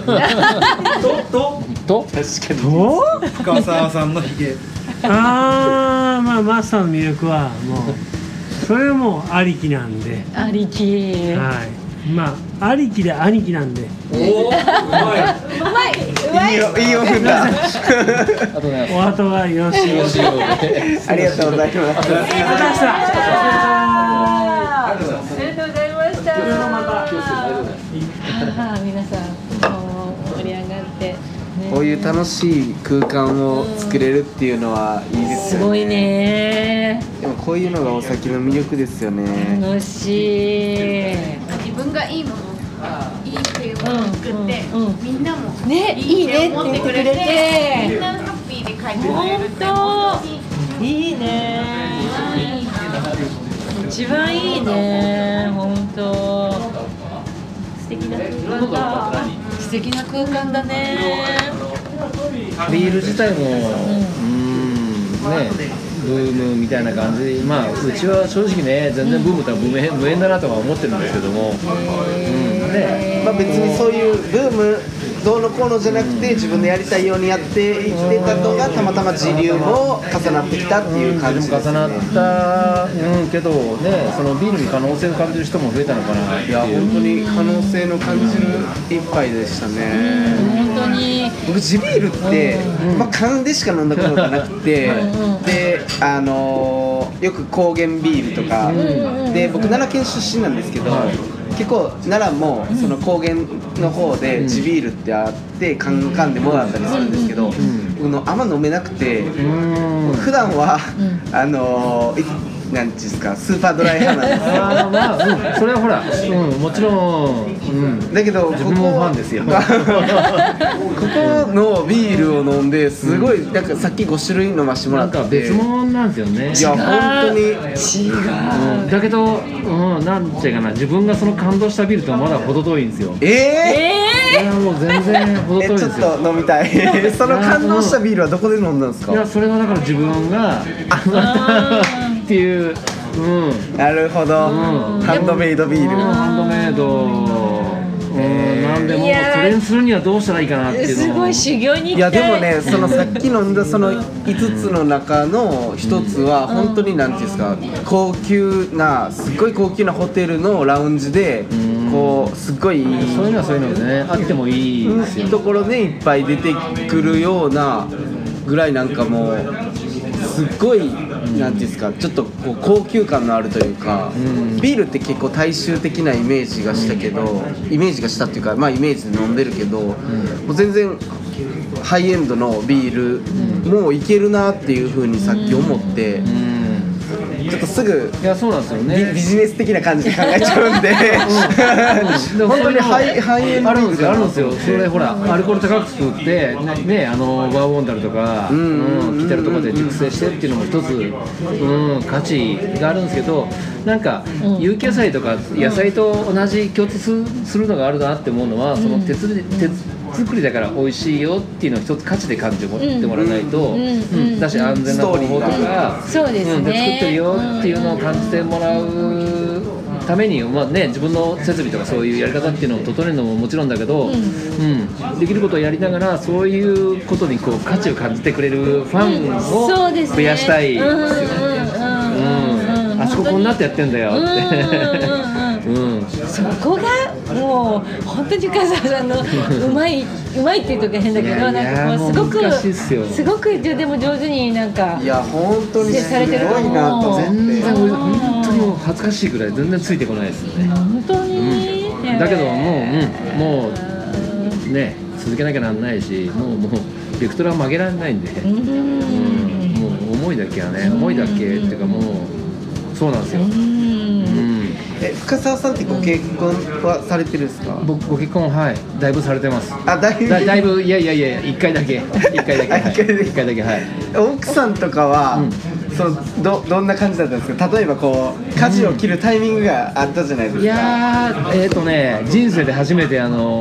に深澤さんのヒゲ。 まあマスターの魅力はもうそれはもうありきなんで。 ありき。 まあありきで兄貴なんで。 いいよ踏んだ。 お後がよろしいようで。 ありがとうございます。 ありがとうございました。皆さん盛り上がって、 こういう楽しい空間を作れるっていうのはいいですよね。 すごいね。 でもこういうのがお酒の魅力ですよね。 楽しい。 自分がいいもの、いいっていうものを作って、みんなもね、いいねって言ってくれて、 みんなハッピーで帰ってくれるって。 本当いいね。一番いいね、本当。素敵な空間だ。素敵な空間だね。 ビール自体も、ね、ブームみたいな感じで、まあうちは正直ね、全然ブームとは無縁だなとは思ってるんですけども、 まあ別にそういうブームどうのこうのじゃなくて、自分でやりたいようにやって生きてたのがたまたま時流も重なってきたっていう感じですね。 重なった、けどね、そのビールに可能性を感じる人も増えたのかな。 いや本当に可能性の感じる一杯でしたね。 本当に僕地ビールって、まあ缶でしか飲んだことがなくて、でよく高原ビールとか、で僕奈良県出身なんですけど、結構奈良もその高原の方で地ビールってあってカンカンでもらったりするんですけど、あんま飲めなくて、普段はなんていうんですか、スーパードライ派なんですよ。 まあ、それはほら、もちろん、 だけど自分もファンですよ。 ここのビールを飲んですごい、なんかさっき5種類飲ましてもらって、 なんか別物なんですよね。 いや本当に違う、 だけど、なんていうかな、自分がその感動したビールとはまだ程遠いんですよ。 いやもう全然程遠いですよ。 ちょっと飲みたい。その感動したビールはどこで飲んだんですか？ いやそれはだから自分がっていう、 なるほど、ハンドメイドビール、 ハンドメイド、なんでもそれにするにはどうしたらいいかなっていうのを。 すごい修行に行きたい。 いやでもね、そのさっき飲んだその5つの中の1つは本当になんていうんですか、高級な、すっごい高級なホテルのラウンジでこうすっごいそういうのはそういうのでね、あってもいいですよ。 ところでいっぱい出てくるようなぐらい、なんかもうすっごいなんていうんですか、ちょっとこう高級感のあるというか、ビールって結構大衆的なイメージがしたけど、イメージがしたっていうか、まあイメージで飲んでるけど、もう全然ハイエンドのビールもいけるなっていう風にさっき思って、ちょっとすぐいやそうなんですよね、 ビジネス的な感じで考えちゃうんで、本当にハイエンドあるんですよ、あるんですよ。それほらアルコール高く作ってね、バーボンダルとかキテルとかで熟成してっていうのも一つ価値があるんですけど、なんか有機野菜とか野菜と同じ共通するのがあるなって思うのは、その鉄作りだから美味しいよっていうのを一つ価値で感じてもらわないと、だし安全な方法とかそうですね、 で作ってるよっていうのを感じてもらうために、まあね、自分の設備とかそういうやり方っていうのを整えるのももちろんだけど、できることをやりながらそういうことにこう価値を感じてくれるファンを増やしたいですよね。あそここんなってやってんだよってそこがもう本当に深澤さんのうまいっていうと変だけど、なんかこうすごくでも上手になんかいや本当にすごいなと思って、 全然本当にもう恥ずかしいくらい全然ついてこないですよね。 本当に、 だけどもうね続けなきゃなんないし、もうベクトルは曲げられないんで、もう思いだけはね、思いだけっていうかもうそうなんですよ。 深澤さんってご結婚はされてるんですか？ 僕ご結婚はいだいぶされてます。 だいぶいや1回だけ1回だけはい。 奥さんとかは、どんな感じだったんですか？例えばこう舵を切るタイミングがあったじゃないですか。 いや人生で初めて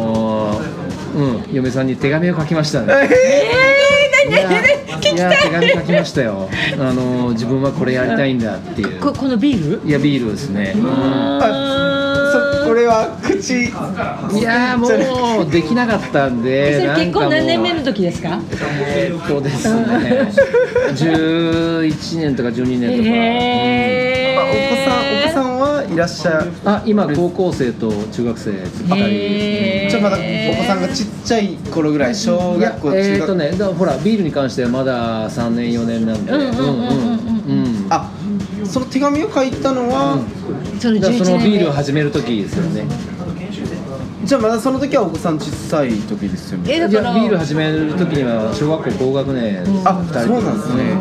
嫁さんに手紙を書きましたね。いや手紙書きましたよ。自分はこれやりたいんだっていう。 このビール？ いやビールですね。 これは口。 いやもうできなかったんで。 それ結婚何年目の時ですか？ ですね。11年とか12年とか。 お子さんはいらっしゃる？ 今高校生と中学生2人。 まだお子さんがちっちゃい頃ぐらい、小学校中学だからほらビールに関してはまだ3年4年なんで。 その手紙を書いたのは、 そのビールを始める時ですよね。 じゃあまだその時はお子さん小さい時ですよね。 ビール始める時には小学校高学年2人そうなんですね。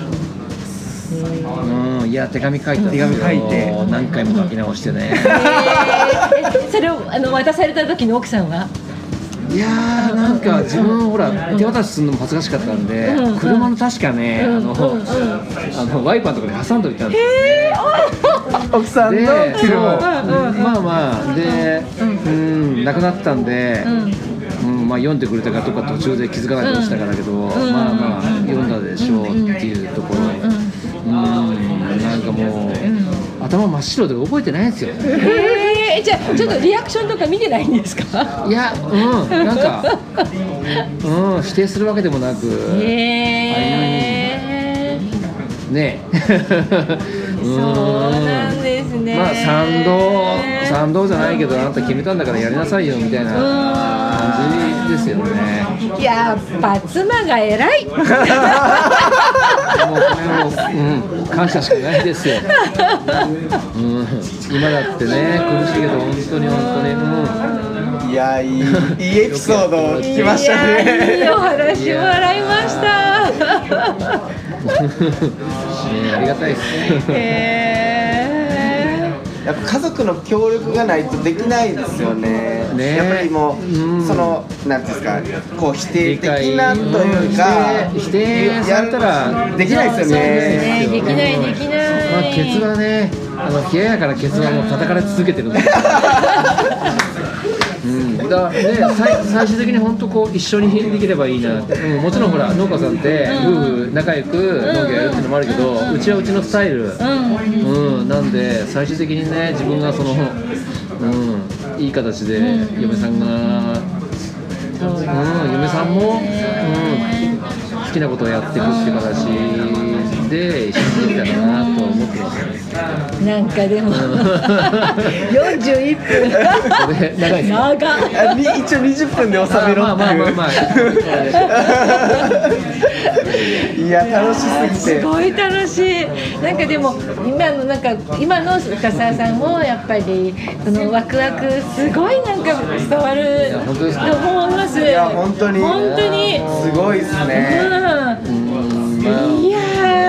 いや手紙書いて何回も書き直してね。 それを渡された時の奥さんは？ いやなんか自分ほら手渡しするのも恥ずかしかったんで、車の確かねワイパーのところに挟んでおいたんですよ。 奥さんの車で亡くなったんで、読んでくれたかとか途中で気づかないで落ちたからだけど、読んだでしょうっていうところ、なんかもう頭真っ白で覚えてないんですよ。 じゃあちょっとリアクションとか見てないんですか？ いやなんか否定するわけでもなくねそうなんですね。 賛同じゃないけどあなた決めたんだからやりなさいよみたいな感じですよね。 やっぱ妻が偉い。 もうこれも感謝しかないですよ。今だってね苦しいけど本当にいやいいエピソードを聞きましたね。 いいお話もらいました。 ありがたいですね。 やっぱ家族の協力がないとできないですよね。やっぱりもう、なんですか、こう否定的なというか否定されたらできないですよね。 できない。 ケツはね、冷ややからケツはもう叩かれ続けてるんですよ。最終的に本当こう一緒にできればいいなって、もちろんほら農家さんって夫婦仲良く農業やるっていうのもあるけど、うちはうちのスタイル、なんで最終的にね自分がその、いい形で嫁さんが、嫁さんも、好きなことをやっていくっていう形で一緒にできたらなと思ってますね。 なんかでも41分これ長いですね。 一応20分で収めろっていう。いや楽しすぎてすごい楽しい。なんかでも今の深澤さんもやっぱりそのワクワクすごいなんか伝わると思います。 いや本当にすごいですね。 いや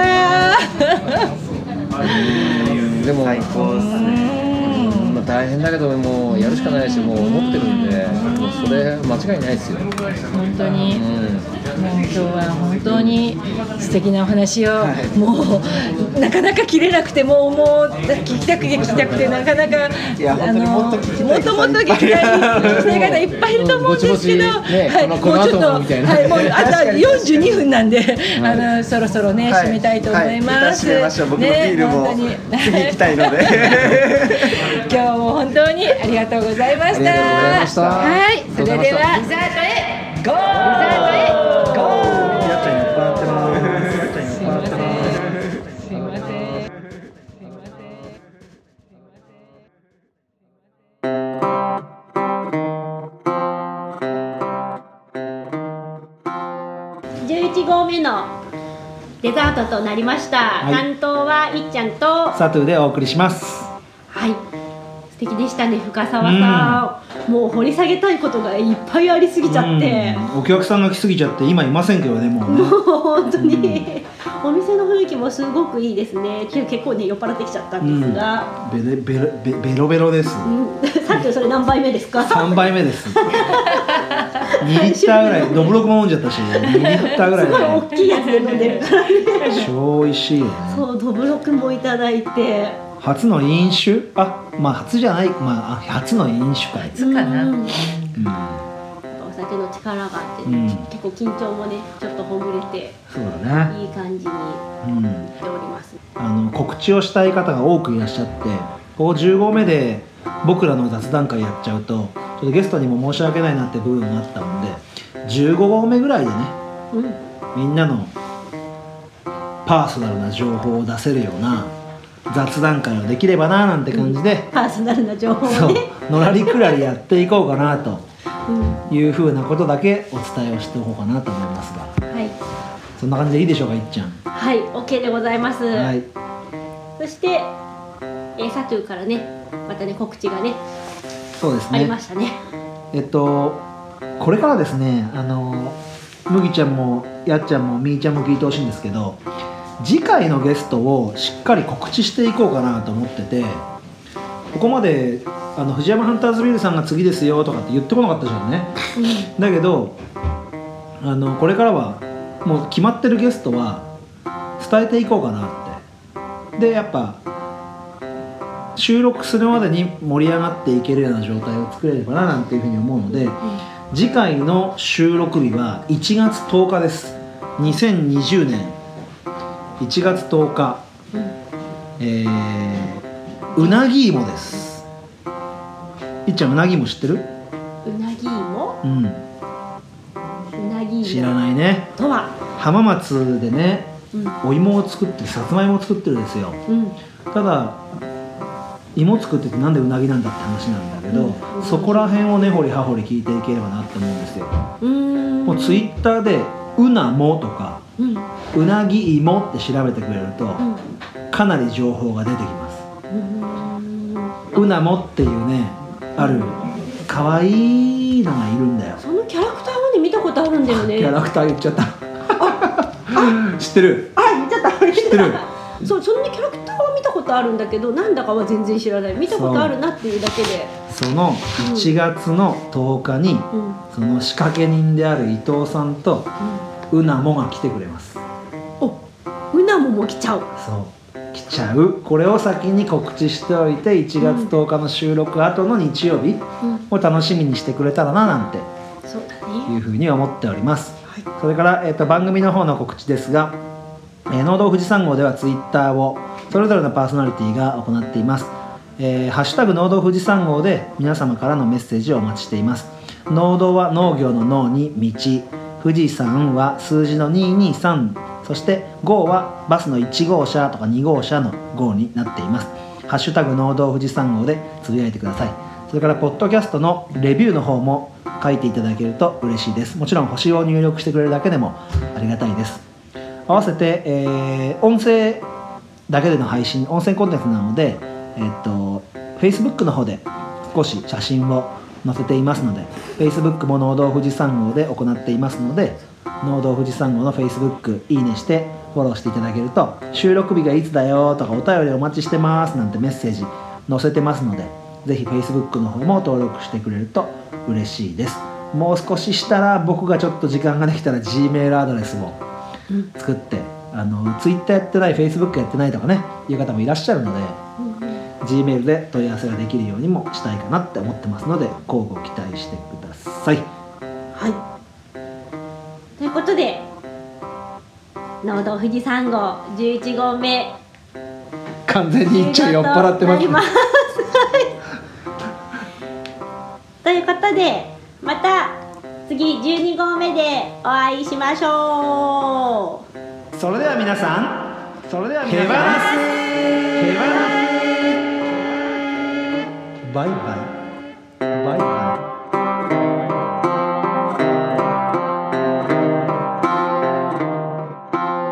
でも最高ですね。大変だけどもうやるしかないし、もう思ってるんで、もうそれ間違いないですよ。 本当に。 今日は本当に素敵なお話を、もうなかなか切れなくてもう聞きたくてなかなかもっと聞きたい方いっぱいいると思うんですけど、もうちょっともうあと42分なんでそろそろね締めたいと思います。 締めましょう。僕のビールも次行きたいので今日も本当にありがとうございました。はい、それではデザートへゴー。 やっちゃん酔っ払ってます。 すいません。 11号目のデザートとなりました。担当はいっちゃんと佐藤でお送りします。 はい。素敵でしたね、深澤さん。もう掘り下げたいことがいっぱいありすぎちゃって、 お客さんが来すぎちゃって今いませんけどね、もうね。 もう本当に、お店の雰囲気もすごくいいですね。結構ね酔っ払ってきちゃったんですが、 ベロベロです。 さっきそれ何杯目ですか ？3杯目です。2リッターぐらい、ドブロクも飲んじゃったし、2リッターぐらい、 すごい大きいやつで飲んでるからね。 超美味しいよね。 そう、ドブロクもいただいて、 初の飲酒、初じゃない、初の飲酒会。 初かな。 お酒の力があって、結構緊張もねちょっとほぐれて、 そうだね、 いい感じになっております。 告知をしたい方が多くいらっしゃって、ここ10号目で僕らの雑談会やっちゃうとちょっとゲストにも申し訳ないなって部分があったので、15号目ぐらいでね、みんなのパーソナルな情報を出せるような雑談会をできればななんて感じで、 パーソナルな情報をね、 のらりくらりやっていこうかなというふうなことだけお伝えをしておこうかなと思いますが、はい、そんな感じでいいでしょうか、いっちゃん。 はい、OK でございます。はい、そして、サトゥーからね、またね告知がね、 そうですね、 ありましたね。 これからですね、麦ちゃんもやっちゃんもみーちゃんも聞いてほしいんですけど、次回のゲストをしっかり告知していこうかなと思ってて、ここまで藤山ハンターズビルさんが次ですよとかって言ってこなかったじゃんね、だけどこれからはもう決まってるゲストは伝えていこうかなって。でやっぱ収録するまでに盛り上がっていけるような状態を作れればななんていうふうに思うので、次回の収録日は1月10日です。2020年1月10日、うなぎ芋です。いっちゃん、うなぎ芋知ってる？ うなぎ芋？うなぎ芋知らないね。 とは浜松でね、お芋を作ってる、さつまいもを作ってるんですよ、ただ芋作っててなんでうなぎなんだって話なんだけど、そこら辺を根掘り葉掘り聞いていければなって思うんですよ。もうツイッターでうなもとか、うなぎ芋って調べてくれると、かなり情報が出てきます。うなもっていうね、ある可愛いのがいるんだよ。 そのキャラクターをね見たことあるんだよね。 キャラクター言っちゃった知ってる？ 言っちゃった。 知ってる？ そのねキャラクターは見たことあるんだけど、なんだかは全然知らない。見たことあるなっていうだけで。 その1月の10日に、その仕掛け人である伊藤さんと、うなもが来てくれます。 うなも来ちゃう。 そう来ちゃう。これを先に告知しておいて、1月10日の収録後の日曜日を楽しみにしてくれたらななんていうふうに思っております。それから、番組の方の告知ですが、農道富士山号ではツイッターをそれぞれのパーソナリティが行っています。ハッシュタグ農道富士山号で皆様からのメッセージをお待ちしています。農道は農業の農に道、富士山は数字の223、そして号はバスの1号車とか2号車の号になっています。ハッシュタグ農道富士山号でつぶやいてください。それからポッドキャストのレビューの方も書いていただけると嬉しいです。もちろん星を入力してくれるだけでもありがたいです。合わせて、音声だけでの配信、音声コンテンツなので、Facebook の方で少し写真を載せていますので、 Facebook も農道富士山号で行っていますので、農道富士山号の Facebook いいねしてフォローしていただけると、収録日がいつだよとかお便りお待ちしてますなんてメッセージ載せてますので、ぜひ Facebook の方も登録してくれると嬉しいです。 もう少ししたら僕がちょっと時間ができたら G メールアドレスも作って、Twitter やってない Facebook やってないとかねいう方もいらっしゃるので、G メールで問い合わせができるようにもしたいかなって思ってますので、交互期待してください。 はい、ということで農道富士山号11号目完全に一丁酔っ払ってますということでまた次12号目でお会いしましょう。それでは皆さん、ヘバナスバイバイ。